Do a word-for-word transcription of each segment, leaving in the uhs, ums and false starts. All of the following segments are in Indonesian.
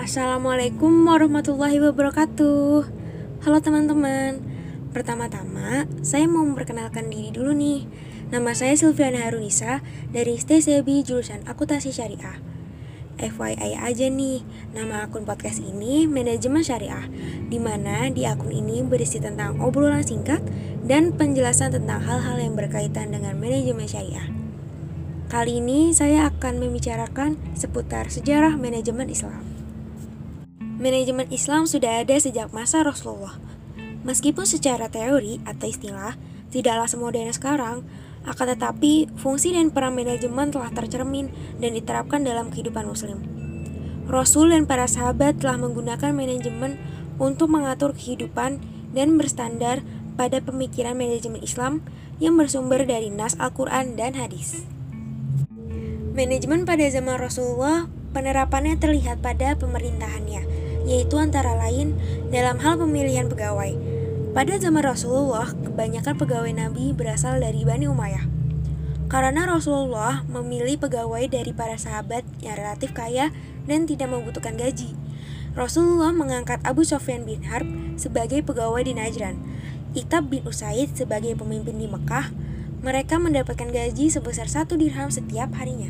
Assalamualaikum warahmatullahi wabarakatuh. Halo teman-teman. Pertama-tama, saya mau memperkenalkan diri dulu nih. Nama saya Silviana Harunisa dari S T S E B jurusan Akuntansi Syariah. F Y I aja nih, nama akun podcast ini Manajemen Syariah, di mana di akun ini berisi tentang obrolan singkat dan penjelasan tentang hal-hal yang berkaitan dengan manajemen syariah. Kali ini saya akan membicarakan seputar sejarah manajemen Islam. Manajemen Islam sudah ada sejak masa Rasulullah. Meskipun secara teori atau istilah tidaklah semodern sekarang, akan tetapi fungsi dan peran manajemen telah tercermin dan diterapkan dalam kehidupan muslim. Rasul dan para sahabat telah menggunakan manajemen untuk mengatur kehidupan dan berstandar pada pemikiran manajemen Islam yang bersumber dari nas Al-Quran dan hadis. Manajemen pada zaman Rasulullah, penerapannya terlihat pada pemerintahannya, yaitu antara lain dalam hal pemilihan pegawai. Pada zaman Rasulullah, kebanyakan pegawai Nabi berasal dari Bani Umayyah. Karena Rasulullah memilih pegawai dari para sahabat yang relatif kaya dan tidak membutuhkan gaji, Rasulullah mengangkat Abu Sufyan bin Harb sebagai pegawai di Najran, Iqtab bin Usaid sebagai pemimpin di Mekah. Mereka mendapatkan gaji sebesar satu dirham setiap harinya.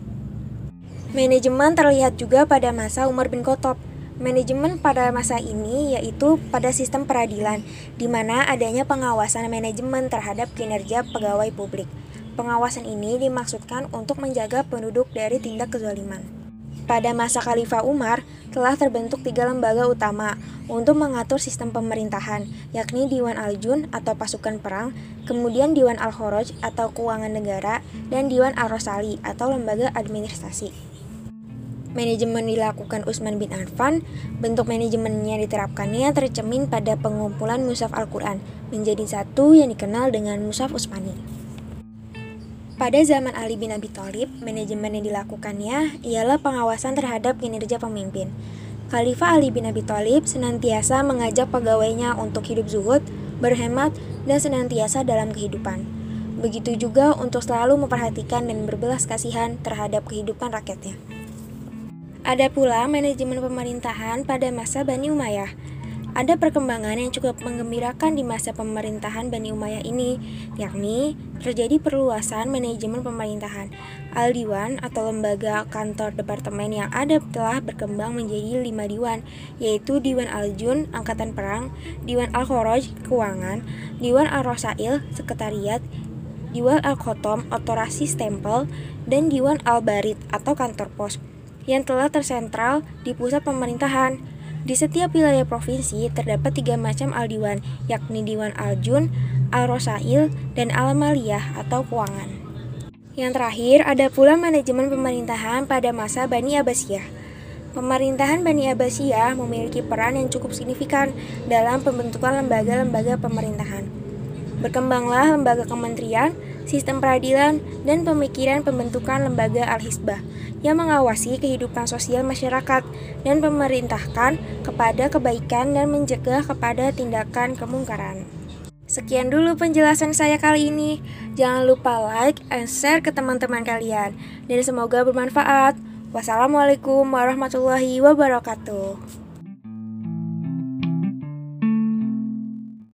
Manajemen terlihat juga pada masa Umar bin Khattab. Manajemen pada masa ini yaitu pada sistem peradilan, di mana adanya pengawasan manajemen terhadap kinerja pegawai publik. Pengawasan ini dimaksudkan untuk menjaga penduduk dari tindak kezaliman. Pada masa Khalifah Umar, telah terbentuk tiga lembaga utama untuk mengatur sistem pemerintahan, yakni Diwan Al-Jun atau pasukan perang, kemudian Diwan Al-Kharaj atau keuangan negara, dan Diwan Al-Rosali atau lembaga administrasi. Manajemen dilakukan Utsman bin Affan. Bentuk manajemennya diterapkannya tercermin pada pengumpulan mushaf Al-Quran menjadi satu yang dikenal dengan mushaf Utsmani. Pada zaman Ali bin Abi Thalib, manajemen yang dilakukannya ialah pengawasan terhadap kinerja pemimpin. Khalifah Ali bin Abi Thalib senantiasa mengajak pegawainya untuk hidup zuhud, berhemat, dan senantiasa dalam kehidupan. Begitu juga untuk selalu memperhatikan dan berbelas kasihan terhadap kehidupan rakyatnya. Ada pula manajemen pemerintahan pada masa Bani Umayyah. Ada perkembangan yang cukup menggembirakan di masa pemerintahan Bani Umayyah ini, yakni terjadi perluasan manajemen pemerintahan. Al-Diwan atau lembaga kantor departemen yang ada telah berkembang menjadi lima diwan, yaitu Diwan Al-Jun, Angkatan Perang, Diwan Al-Kharaj, Keuangan, Diwan Al-Rosail, Sekretariat, Diwan Al-Khotom, Otorasi Stempel, dan Diwan Al-Barid atau Kantor Pos, yang telah tersentral di pusat pemerintahan. Di setiap wilayah provinsi terdapat tiga macam al-diwan, yakni Diwan Al-Jun, Al-Rosail, dan Al-Maliyah atau keuangan. Yang terakhir, ada pula manajemen pemerintahan pada masa Bani Abbasiyah. Pemerintahan Bani Abbasiyah memiliki peran yang cukup signifikan dalam pembentukan lembaga-lembaga pemerintahan. Berkembanglah lembaga kementerian, sistem peradilan, dan pemikiran pembentukan lembaga Al-Hizbah yang mengawasi kehidupan sosial masyarakat dan memerintahkan kepada kebaikan dan mencegah kepada tindakan kemungkaran. Sekian dulu penjelasan saya kali ini. Jangan lupa like and share ke teman-teman kalian, dan semoga bermanfaat. Wassalamualaikum warahmatullahi wabarakatuh.